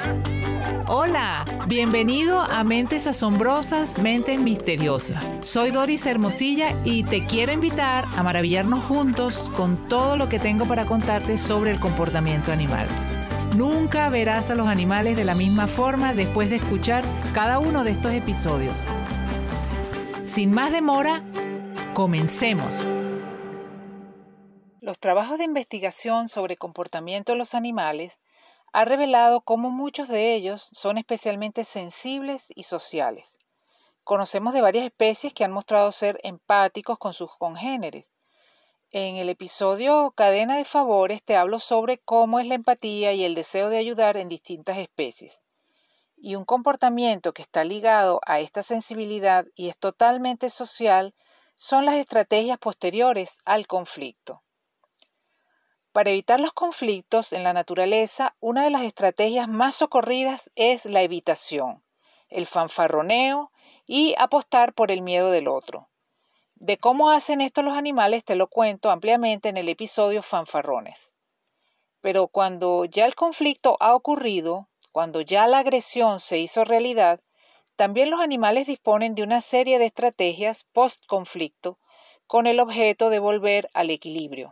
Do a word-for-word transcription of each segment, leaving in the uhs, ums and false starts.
Hola, bienvenido a Mentes Asombrosas, Mentes Misteriosas. Soy Doris Hermosilla y te quiero invitar a maravillarnos juntos con todo lo que tengo para contarte sobre el comportamiento animal. Nunca verás a los animales de la misma forma después de escuchar cada uno de estos episodios. Sin más demora, comencemos. Los trabajos de investigación sobre comportamiento de los animales ha revelado cómo muchos de ellos son especialmente sensibles y sociales. Conocemos de varias especies que han mostrado ser empáticos con sus congéneres. En el episodio Cadena de Favores te hablo sobre cómo es la empatía y el deseo de ayudar en distintas especies. Y un comportamiento que está ligado a esta sensibilidad y es totalmente social son las estrategias posteriores al conflicto. Para evitar los conflictos en la naturaleza, una de las estrategias más socorridas es la evitación, el fanfarroneo y apostar por el miedo del otro. De cómo hacen esto los animales te lo cuento ampliamente en el episodio Fanfarrones. Pero cuando ya el conflicto ha ocurrido, cuando ya la agresión se hizo realidad, también los animales disponen de una serie de estrategias post-conflicto con el objeto de volver al equilibrio.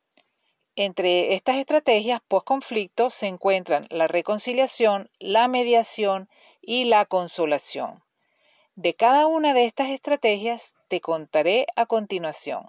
Entre estas estrategias post-conflicto se encuentran la reconciliación, la mediación y la consolación. De cada una de estas estrategias te contaré a continuación.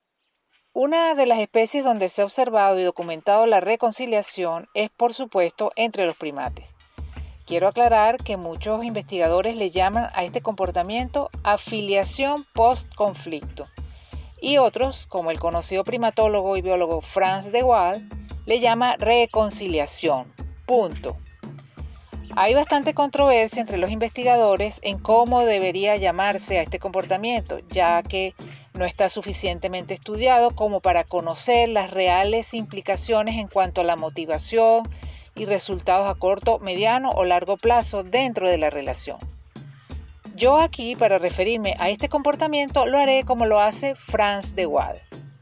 Una de las especies donde se ha observado y documentado la reconciliación es, por supuesto, entre los primates. Quiero aclarar que muchos investigadores le llaman a este comportamiento afiliación post-conflicto. Y otros, como el conocido primatólogo y biólogo Frans de Waal, le llama reconciliación. Punto. Hay bastante controversia entre los investigadores en cómo debería llamarse a este comportamiento, ya que no está suficientemente estudiado como para conocer las reales implicaciones en cuanto a la motivación y resultados a corto, mediano o largo plazo dentro de la relación. Yo aquí, para referirme a este comportamiento, lo haré como lo hace Frans de Waal.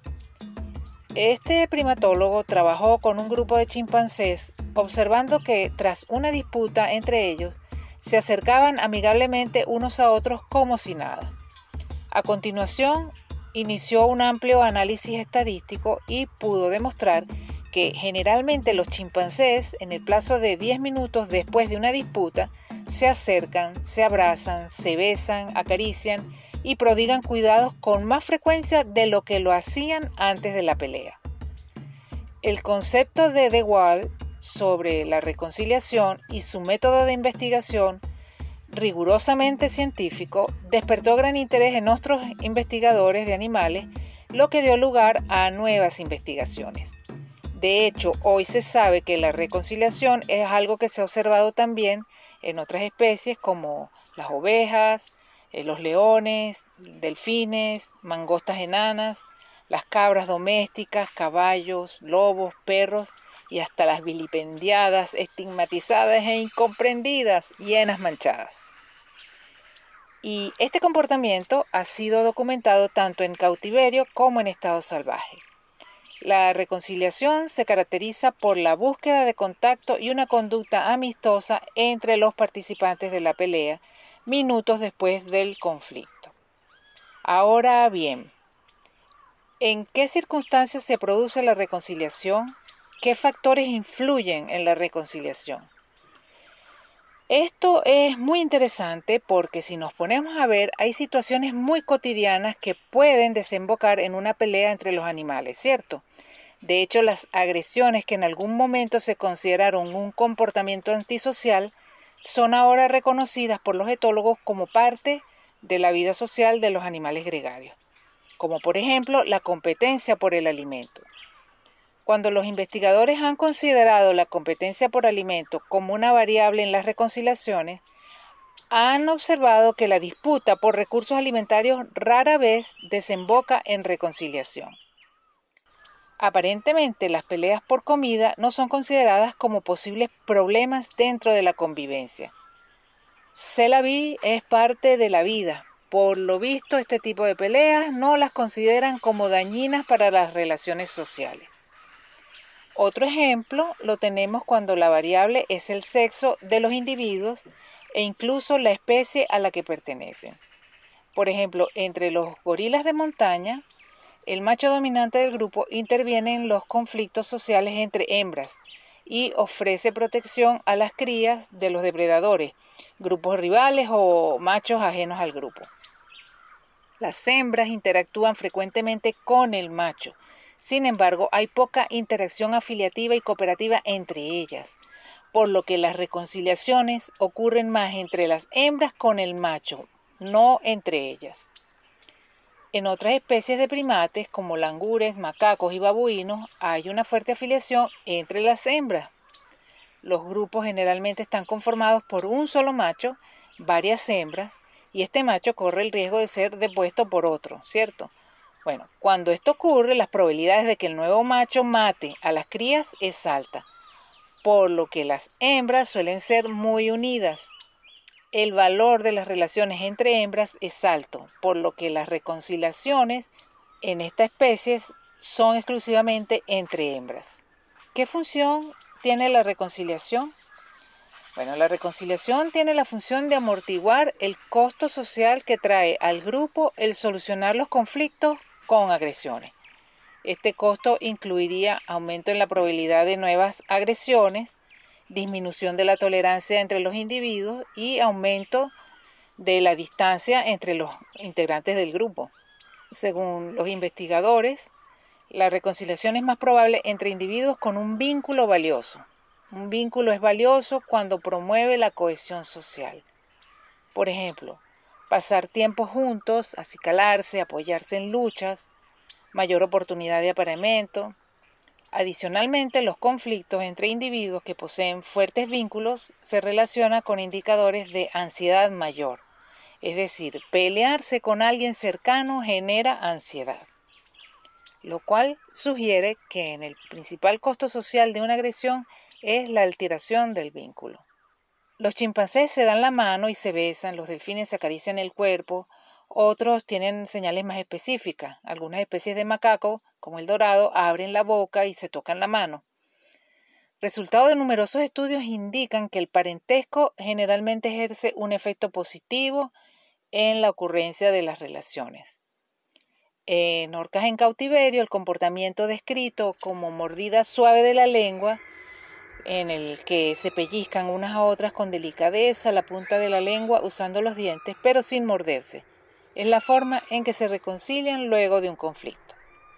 Este primatólogo trabajó con un grupo de chimpancés, observando que tras una disputa entre ellos, se acercaban amigablemente unos a otros como si nada. A continuación, inició un amplio análisis estadístico y pudo demostrar que generalmente los chimpancés, en el plazo de diez minutos después de una disputa, se acercan, se abrazan, se besan, acarician y prodigan cuidados con más frecuencia de lo que lo hacían antes de la pelea. El concepto de de Waal sobre la reconciliación y su método de investigación, rigurosamente científico, despertó gran interés en otros investigadores de animales, lo que dio lugar a nuevas investigaciones. De hecho, hoy se sabe que la reconciliación es algo que se ha observado también en otras especies como las ovejas, eh, los leones, delfines, mangostas enanas, las cabras domésticas, caballos, lobos, perros y hasta las vilipendiadas, estigmatizadas e incomprendidas hienas manchadas. Y este comportamiento ha sido documentado tanto en cautiverio como en estado salvaje. La reconciliación se caracteriza por la búsqueda de contacto y una conducta amistosa entre los participantes de la pelea minutos después del conflicto. Ahora bien, ¿en qué circunstancias se produce la reconciliación? ¿Qué factores influyen en la reconciliación? Esto es muy interesante porque si nos ponemos a ver, hay situaciones muy cotidianas que pueden desembocar en una pelea entre los animales, ¿cierto? De hecho, las agresiones que en algún momento se consideraron un comportamiento antisocial son ahora reconocidas por los etólogos como parte de la vida social de los animales gregarios, como por ejemplo la competencia por el alimento. Cuando los investigadores han considerado la competencia por alimento como una variable en las reconciliaciones, han observado que la disputa por recursos alimentarios rara vez desemboca en reconciliación. Aparentemente, las peleas por comida no son consideradas como posibles problemas dentro de la convivencia. C'est la vie es parte de la vida. Por lo visto, este tipo de peleas no las consideran como dañinas para las relaciones sociales. Otro ejemplo lo tenemos cuando la variable es el sexo de los individuos e incluso la especie a la que pertenecen. Por ejemplo, entre los gorilas de montaña, el macho dominante del grupo interviene en los conflictos sociales entre hembras y ofrece protección a las crías de los depredadores, grupos rivales o machos ajenos al grupo. Las hembras interactúan frecuentemente con el macho. Sin embargo, hay poca interacción afiliativa y cooperativa entre ellas, por lo que las reconciliaciones ocurren más entre las hembras con el macho, no entre ellas. En otras especies de primates, como langures, macacos y babuinos, hay una fuerte afiliación entre las hembras. Los grupos generalmente están conformados por un solo macho, varias hembras, y este macho corre el riesgo de ser depuesto por otro, ¿cierto? Bueno, cuando esto ocurre, las probabilidades de que el nuevo macho mate a las crías es alta, por lo que las hembras suelen ser muy unidas. El valor de las relaciones entre hembras es alto, por lo que las reconciliaciones en esta especie son exclusivamente entre hembras. ¿Qué función tiene la reconciliación? Bueno, la reconciliación tiene la función de amortiguar el costo social que trae al grupo el solucionar los conflictos con agresiones. Este costo incluiría aumento en la probabilidad de nuevas agresiones, disminución de la tolerancia entre los individuos y aumento de la distancia entre los integrantes del grupo. Según los investigadores, la reconciliación es más probable entre individuos con un vínculo valioso. Un vínculo es valioso cuando promueve la cohesión social. Por ejemplo, pasar tiempo juntos, acicalarse, apoyarse en luchas, mayor oportunidad de apareamiento. Adicionalmente, los conflictos entre individuos que poseen fuertes vínculos se relacionan con indicadores de ansiedad mayor. Es decir, pelearse con alguien cercano genera ansiedad, lo cual sugiere que en el principal costo social de una agresión es la alteración del vínculo. Los chimpancés se dan la mano y se besan, los delfines se acarician el cuerpo, otros tienen señales más específicas. Algunas especies de macaco, como el dorado, abren la boca y se tocan la mano. Resultados de numerosos estudios indican que el parentesco generalmente ejerce un efecto positivo en la ocurrencia de las relaciones. En orcas en cautiverio, el comportamiento descrito como mordida suave de la lengua, en el que se pellizcan unas a otras con delicadeza la punta de la lengua usando los dientes, pero sin morderse, es la forma en que se reconcilian luego de un conflicto.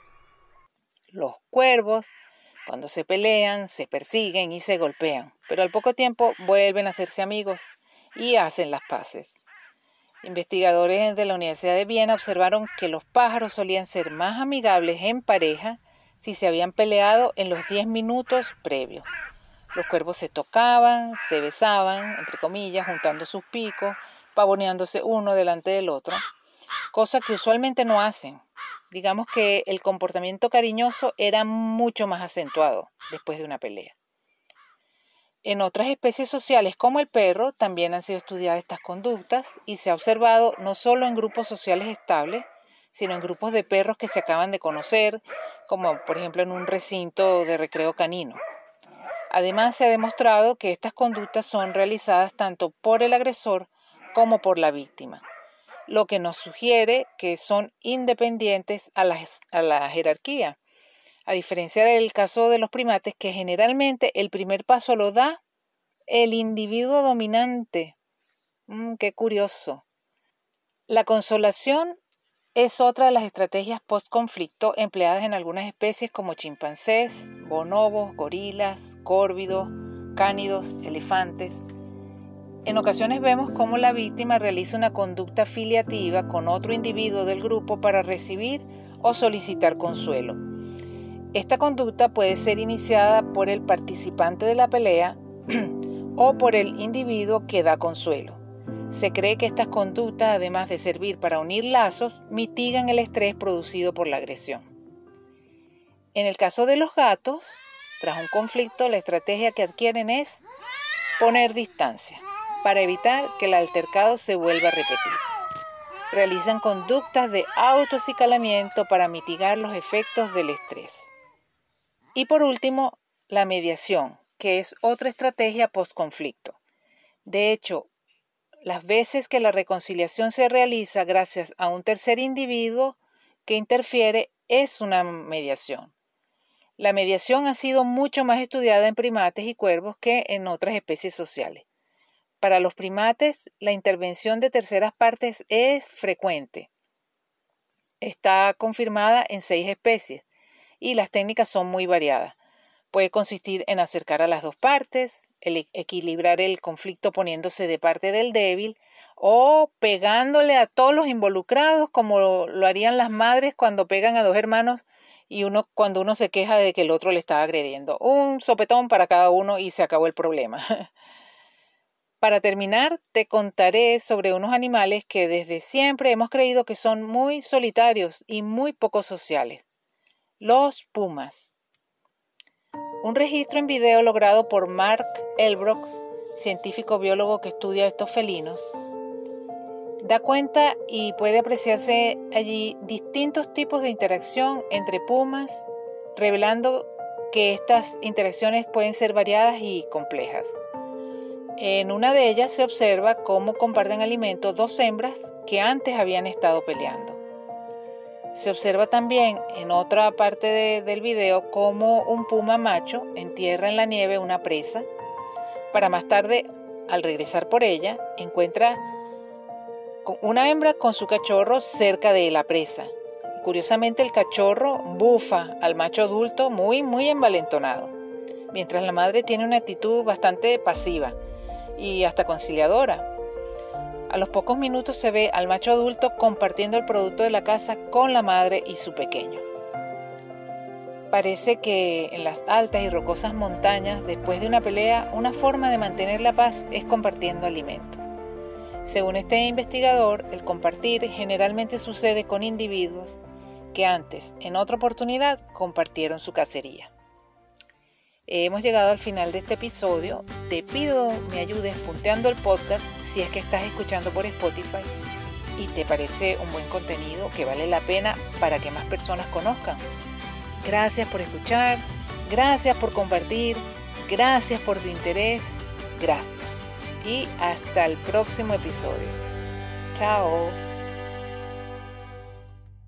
Los cuervos, cuando se pelean, se persiguen y se golpean, pero al poco tiempo vuelven a hacerse amigos y hacen las paces. Investigadores de la Universidad de Viena observaron que los pájaros solían ser más amigables en pareja si se habían peleado en los diez minutos previos. Los cuervos se tocaban, se besaban, entre comillas, juntando sus picos, pavoneándose uno delante del otro, cosa que usualmente no hacen. Digamos que el comportamiento cariñoso era mucho más acentuado después de una pelea. En otras especies sociales como el perro también han sido estudiadas estas conductas y se ha observado no solo en grupos sociales estables, sino en grupos de perros que se acaban de conocer, como por ejemplo en un recinto de recreo canino. Además, se ha demostrado que estas conductas son realizadas tanto por el agresor como por la víctima, lo que nos sugiere que son independientes a la, a la jerarquía. A diferencia del caso de los primates, que generalmente el primer paso lo da el individuo dominante. Mm, qué curioso. La consolación es otra de las estrategias post-conflicto empleadas en algunas especies como chimpancés, bonobos, gorilas, córvidos, cánidos, elefantes. En ocasiones vemos cómo la víctima realiza una conducta filiativa con otro individuo del grupo para recibir o solicitar consuelo. Esta conducta puede ser iniciada por el participante de la pelea o por el individuo que da consuelo. Se cree que estas conductas, además de servir para unir lazos, mitigan el estrés producido por la agresión. En el caso de los gatos, tras un conflicto, la estrategia que adquieren es poner distancia para evitar que el altercado se vuelva a repetir. Realizan conductas de autoacicalamiento para mitigar los efectos del estrés. Y por último, la mediación, que es otra estrategia post-conflicto. De hecho, las veces que la reconciliación se realiza gracias a un tercer individuo que interfiere es una mediación. La mediación ha sido mucho más estudiada en primates y cuervos que en otras especies sociales. Para los primates, la intervención de terceras partes es frecuente. Está confirmada en seis especies y las técnicas son muy variadas. Puede consistir en acercar a las dos partes, el equilibrar el conflicto poniéndose de parte del débil o pegándole a todos los involucrados como lo, lo harían las madres cuando pegan a dos hermanos y uno cuando uno se queja de que el otro le está agrediendo. Un sopetón para cada uno y se acabó el problema. Para terminar, te contaré sobre unos animales que desde siempre hemos creído que son muy solitarios y muy poco sociales. Los pumas. Un registro en video logrado por Mark Elbrock, científico biólogo que estudia estos felinos, da cuenta y puede apreciarse allí distintos tipos de interacción entre pumas, revelando que estas interacciones pueden ser variadas y complejas. En una de ellas se observa cómo comparten alimento dos hembras que antes habían estado peleando. Se observa también en otra parte de, del video cómo un puma macho entierra en la nieve una presa para más tarde, al regresar por ella, encuentra una hembra con su cachorro cerca de la presa. Curiosamente, el cachorro bufa al macho adulto muy, muy envalentonado, mientras la madre tiene una actitud bastante pasiva y hasta conciliadora. A los pocos minutos se ve al macho adulto compartiendo el producto de la caza con la madre y su pequeño. Parece que en las altas y rocosas montañas, después de una pelea, una forma de mantener la paz es compartiendo alimento. Según este investigador, el compartir generalmente sucede con individuos que antes, en otra oportunidad, compartieron su cacería. Hemos llegado al final de este episodio. Te pido me ayudes punteando el podcast si es que estás escuchando por Spotify y te parece un buen contenido que vale la pena para que más personas conozcan. Gracias por escuchar, gracias por compartir, gracias por tu interés, gracias. Y hasta el próximo episodio. Chao.